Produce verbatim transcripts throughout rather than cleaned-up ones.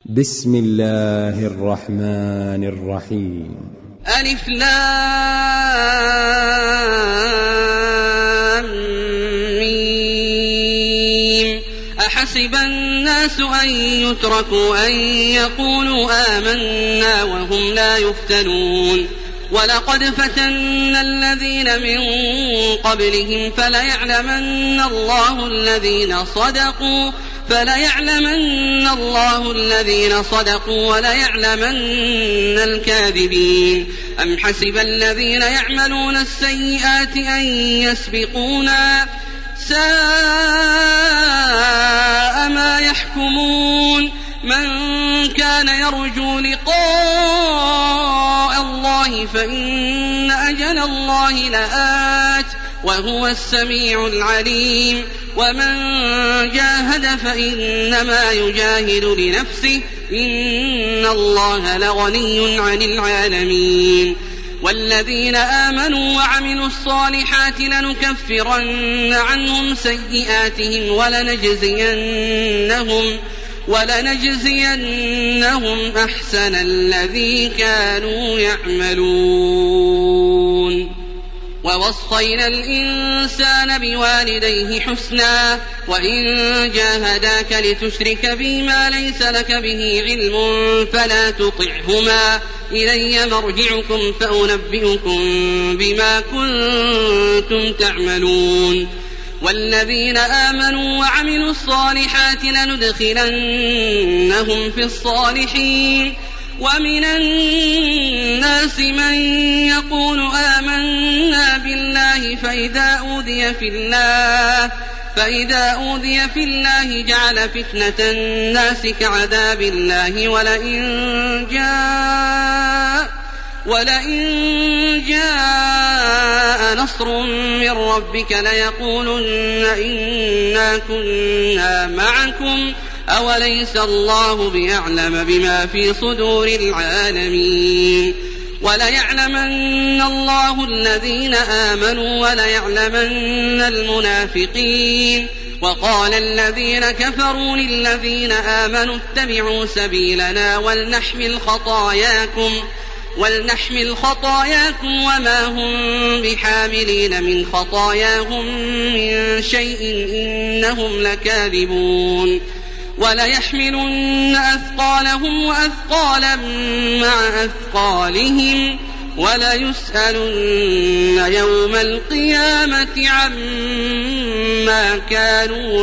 بسم الله الرحمن الرحيم. ألف لام ميم. أحسب الناس أن يتركوا أن يقولوا آمنا وهم لا يفتنون ولقد فتنا الذين من قبلهم فليعلمن الله الذين صدقوا فليعلمن الله الذين صدقوا وليعلمن الكاذبين. أم حسب الذين يعملون السيئات أن يسبقونا ساء ما يحكمون. من كان يرجو لقاء الله فإن أجل الله لآت وهو السميع العليم. ومن جاهد فإنما يجاهد لنفسه إن الله لغني عن العالمين. والذين آمنوا وعملوا الصالحات لنكفرن عنهم سيئاتهم ولنجزينهم ولنجزينهم أحسن الذي كانوا يعملون. ووصينا الإنسان بوالديه حسنا وإن جاهداك لتشرك بي ما ليس لك به علم فلا تطعهما إلي مرجعكم فأنبئكم بما كنتم تعملون. والذين آمنوا وعملوا الصالحات لندخلنهم في الصالحين. ومن الناس من يقول آمنا بالله فإذا أوذي في الله فإذا أوذي في الله جعل فتنة الناس كعذاب الله ولئن جاء ولئن جاء نصر من ربك ليقولن إنا كنا معكم أوليس الله بيعلم بما في صدور العالمين. وليعلمن الله الذين آمنوا وليعلمن المنافقين. وقال الذين كفروا للذين آمنوا اتبعوا سبيلنا ولنحمل خطاياكم ولنحمل خطاياكم وما هم بحاملين من خطاياهم من شيء إنهم لكاذبون. وليحملن أثقالهم وأثقالا مع أثقالهم وليسألن يوم القيامة عما كانوا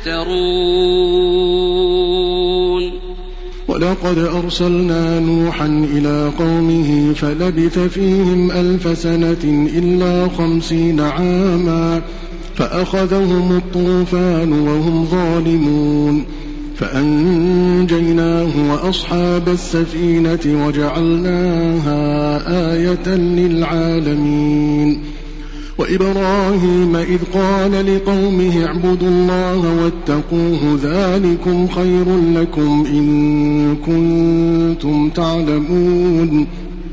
يفترون. ولقد أرسلنا نوحا إلى قومه فلبث فيهم ألف سنة إلا خمسين عاما فأخذهم الطوفان وهم ظالمون فأنجيناه وأصحاب السفينة وجعلناها آية للعالمين. وإبراهيم إذ قال لقومه اعبدوا الله واتقوه ذلكم خير لكم إن كنتم تعلمون.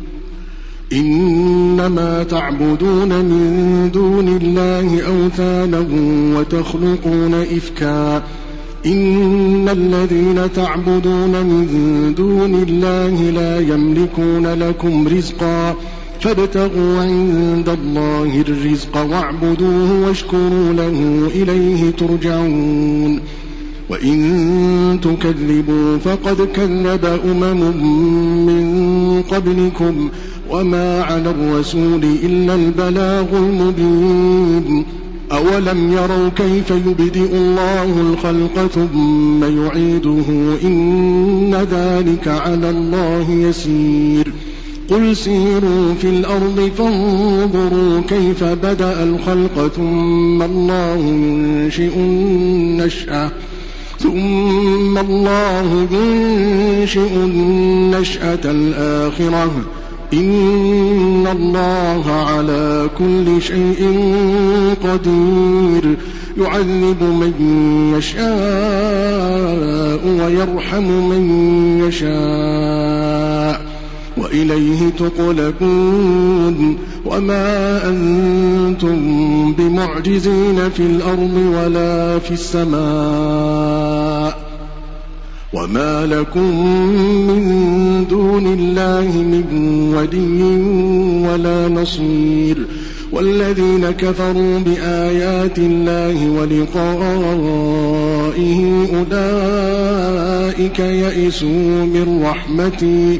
إنما تعبدون من دون الله أوثانا وتخلقون إفكا إن الذين تعبدون من دون الله لا يملكون لكم رزقا فابتغوا عند الله الرزق واعبدوه واشكروا له إليه ترجعون. وإن تكذبوا فقد كذب أمم من قبلكم وما على الرسول إلا البلاغ المبين. أولم يروا كيف يبدئ الله الخلق ثم يعيده إن ذلك على الله يسير. قل سيروا في الأرض فانظروا كيف بدأ الخلق ثم الله ينشئ النشأة ثم الله ينشئ النشأة الآخرة إن الله على كل شيء قدير. يعذب من يشاء ويرحم من يشاء وإليه تقلبون. وما أنتم بمعجزين في الأرض ولا في السماء وما لكم من دون الله من ولي ولا نصير والذين كفروا بآيات الله ولقائه أولئك يئسوا من رحمتي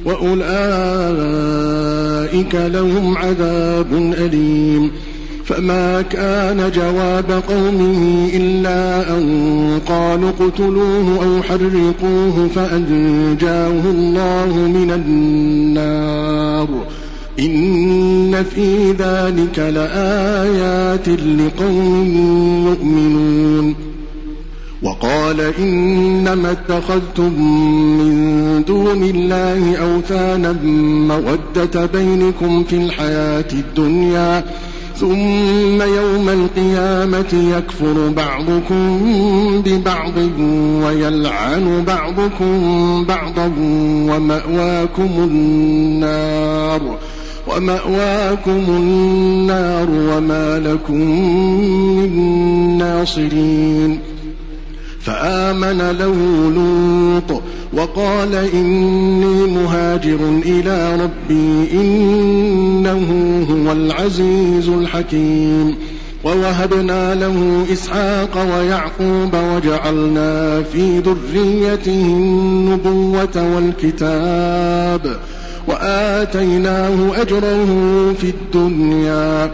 وأولئك لهم عذاب أليم فما كان جواب قومه إلا أن قالوا اقتلوه أو حرقوه فأنجاه الله من النار إن في ذلك لآيات لقوم يؤمنون. وقال إنما اتخذتم من دون الله أوثانا مودة بينكم في الحياة الدنيا ثم يوم القيامة يكفر بعضكم ببعض ويلعن بعضكم بعضا ومأواكم النار ومأواكم النار وما لكم من ناصرين. فآمن له لوط وقال إني مهاجر إلى ربي إنه هو العزيز الحكيم. ووهبنا له إسحاق ويعقوب وجعلنا في ذريته النبوة والكتاب وآتيناه أجره في الدنيا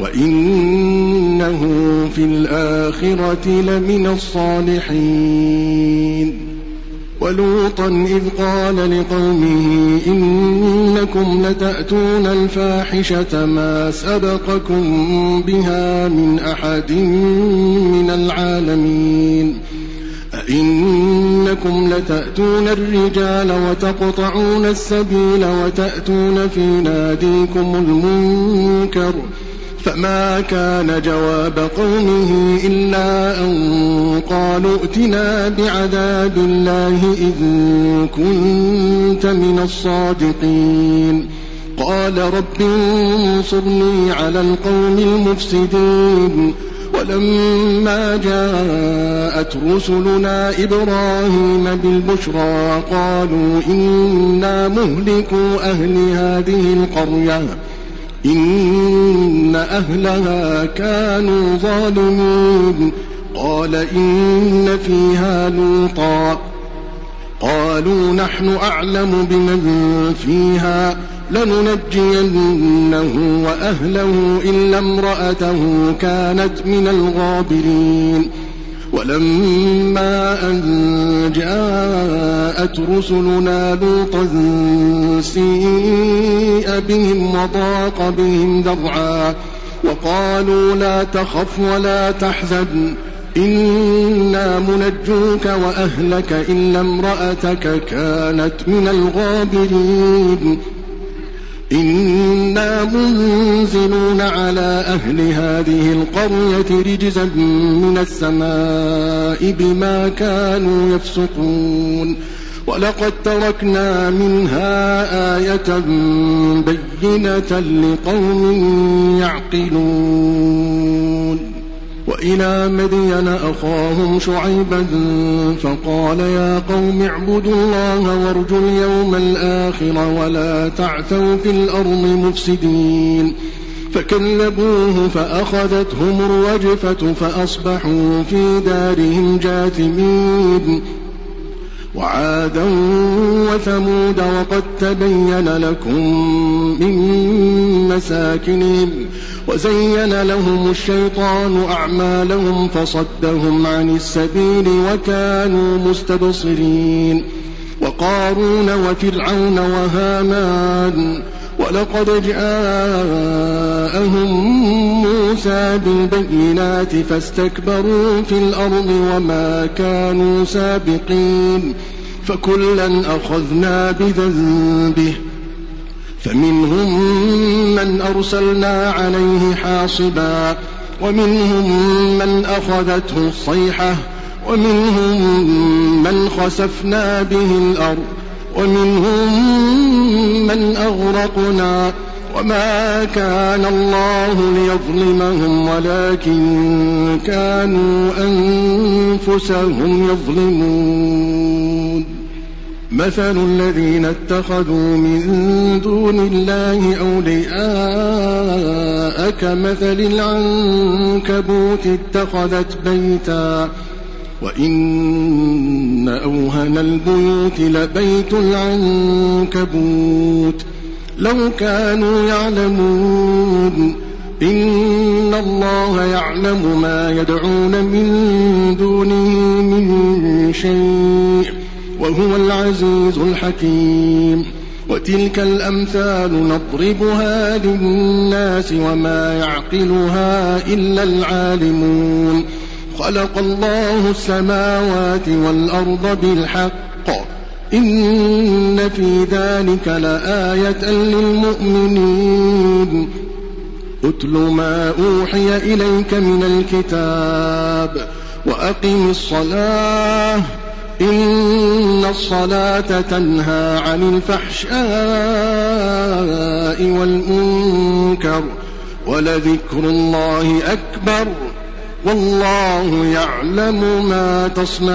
وإنه في الآخرة لمن الصالحين. ولوطا إذ قال لقومه إنكم لتأتون الفاحشة ما سبقكم بها من أحد من العالمين أئنكم لتأتون الرجال وتقطعون السبيل وتأتون في ناديكم المنكر فما كان جواب قومه إلا أن قالوا ائتنا بعذاب الله إن كنت من الصادقين. قال رب انصرني على القوم المفسدين. ولما جاءت رسلنا إبراهيم بالبشرى قالوا إنا مهلكوا أهل هذه القرية إن أهلها كانوا ظالمين. قال إن فيها لوطا قالوا نحن أعلم بمن فيها لننجينه وأهله إلا امرأته كانت من الغابرين. ولما أن جاءت رسلنا لوطا سيء بهم وضاق بهم ذرعا وقالوا لا تخف ولا تحزن إنا منجوك وأهلك إلا امرأتك كانت من الغابرين. إنا منزلون على أهل هذه القرية رجزا من السماء بما كانوا يفسقون. ولقد تركنا منها آية بينة لقوم يعقلون. وإلى مدين أخاهم شعيبا فقال يا قوم اعبدوا الله وارجوا اليوم الآخر ولا تعثوا في الأرض مفسدين. فكذبوه فأخذتهم الرجفة فأصبحوا في دارهم جاثمين. وعادا وثمود وقد تبين لكم من مساكنهم وزين لهم الشيطان أعمالهم فصدهم عن السبيل وكانوا مستبصرين. وقارون وفرعون وهامان ولقد جاءهم موسى بالبينات فاستكبروا في الأرض وما كانوا سابقين. فكلا أخذنا بذنبه فمنهم من أرسلنا عليه حاصبا ومنهم من أخذته الصيحة ومنهم من خسفنا به الأرض ومنهم من أغرقنا وما كان الله ليظلمهم ولكن كانوا أنفسهم يظلمون. مثل الذين اتخذوا من دون الله أولياء كمثل العنكبوت اتخذت بيتا وإن أوهن البيوت لبيت العنكبوت لو كانوا يعلمون إن الله يعلم ما يدعون من دونه من شيء وهو العزيز الحكيم. وتلك الأمثال نضربها للناس وما يعقلها إلا العالمون. خلق الله السماوات والأرض بالحق إن في ذلك لآية للمؤمنين. أتل ما أوحي إليك من الكتاب وأقم الصلاة إن الصلاة تنهى عن الفحشاء والمنكر ولذكر الله أكبر والله يعلم ما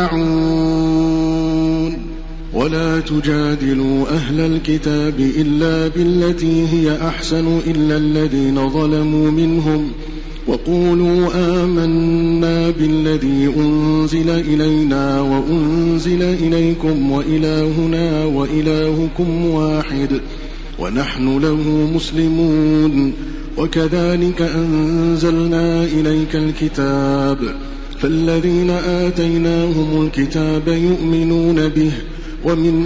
تصنعون. ولا تجادلوا أهل الكتاب إلا بالتي هي أحسن إلا الذين ظلموا منهم وقولوا آمنا بالذي أنزل إلينا وأنزل إليكم وإلهنا وإلهكم واحد ونحن له مسلمون. وكذلك أنزلنا إليك الكتاب فالذين آتيناهم الكتاب يؤمنون به ومن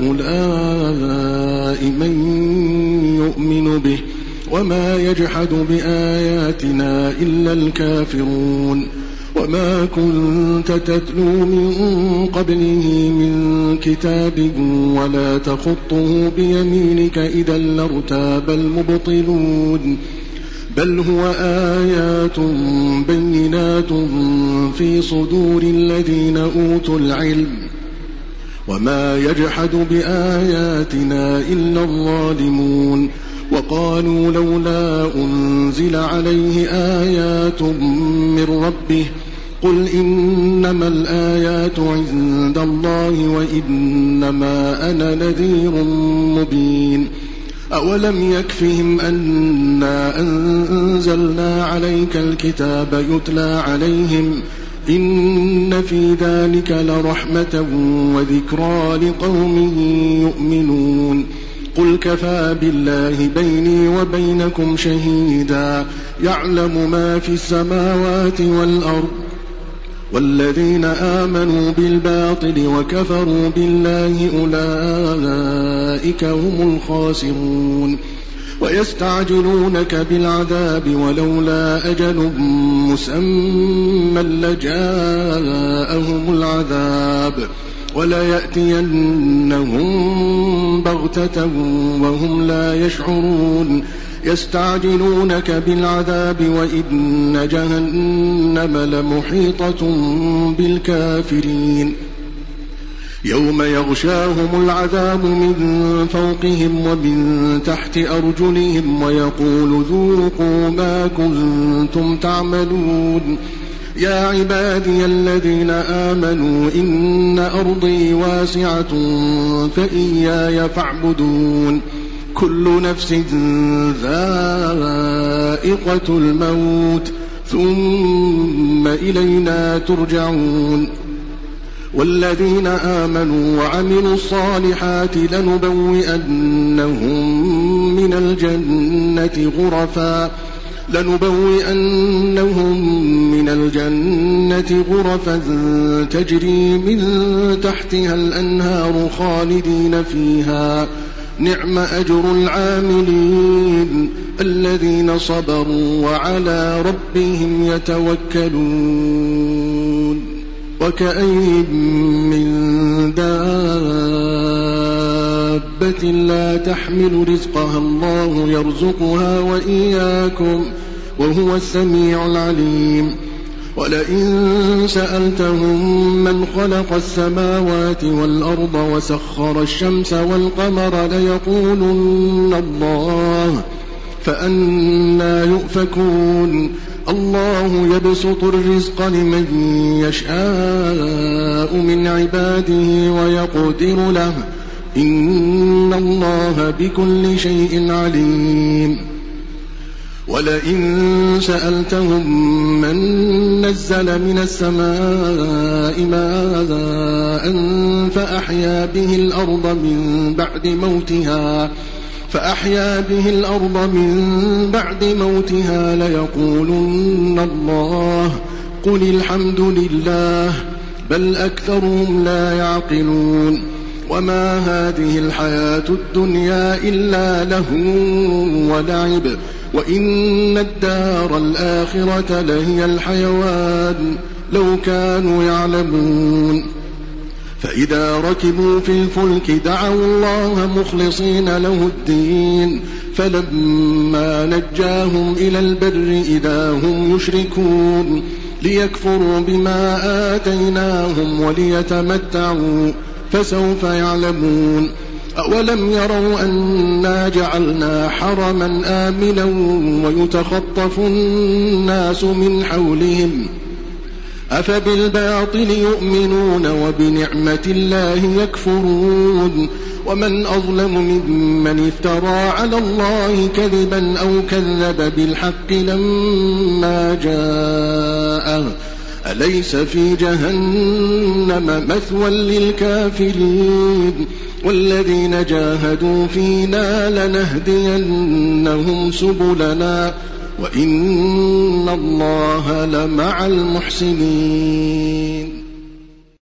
هؤلاء من يؤمن به وما يجحد بآياتنا إلا الكافرون. وما كنت تتلو من قبله من كتاب ولا تخطه بيمينك إذا لارتاب المبطلون. بل هو آيات بينات في صدور الذين أوتوا العلم وما يجحد بآياتنا إلا الظالمون. وقالوا لولا أنزل عليه آيات من ربه قل إنما الآيات عند الله وإنما أنا نذير مبين. أولم يكفهم أنا أنزلنا عليك الكتاب يتلى عليهم إن في ذلك لرحمة وذكرى لقوم يؤمنون. قل كفى بالله بيني وبينكم شهيدا يعلم ما في السماوات والأرض. والذين آمنوا بالباطل وكفروا بالله أولئك هم الخاسرون. ويستعجلونك بالعذاب ولولا أجل مسمى لجاءهم العذاب وليأتينهم بغتة وهم لا يشعرون. يستعجلونك بالعذاب وإن جهنم لمحيطة بالكافرين. يوم يغشاهم العذاب من فوقهم ومن تحت أرجلهم ويقول ذوقوا ما كنتم تعملون. يا عبادي الذين آمنوا إن أرضي واسعة فإياي فاعبدون. كل نفس ذائقة الموت ثم إلينا ترجعون. والذين آمنوا وعملوا الصالحات لنبوئنهم من الجنة غرفا لنبوئنهم من الجنة غرفا تجري من تحتها الأنهار خالدين فيها نعم أجر العاملين الذين صبروا وعلى ربهم يتوكلون. وكأين من دابة لا تحمل رزقها الله يرزقها وإياكم وهو السميع العليم. ولئن سألتهم من خلق السماوات والأرض وسخر الشمس والقمر ليقولن الله فأنى يؤفكون الله يبسط الرزق لمن يشاء من عباده ويقدر له إن الله بكل شيء عليم ولئن سألتهم من نزل من السماء ماء فأحيا به الأرض من بعد موتها فأحيا به الأرض من بعد موتها ليقولن الله قل الحمد لله بل أكثرهم لا يعقلون وما هذه الحياة الدنيا إلا لهو ولعب وإن الدار الآخرة لهي الحيوان لو كانوا يعلمون فإذا ركبوا في الفلك دعوا الله مخلصين له الدين فلما نجاهم إلى البر إذا هم يشركون ليكفروا بما آتيناهم وليتمتعوا فسوف يعلمون أولم يروا أنا جعلنا حرما آمنا ويتخطف الناس من حولهم أفبالباطل يؤمنون وبنعمة الله يكفرون ومن أظلم ممن افترى على الله كذبا أو كذب بالحق لما جاءه أليس في جهنم مثوى للكافرين والذين جاهدوا فينا لنهدينهم سبلنا وإن الله لمع المحسنين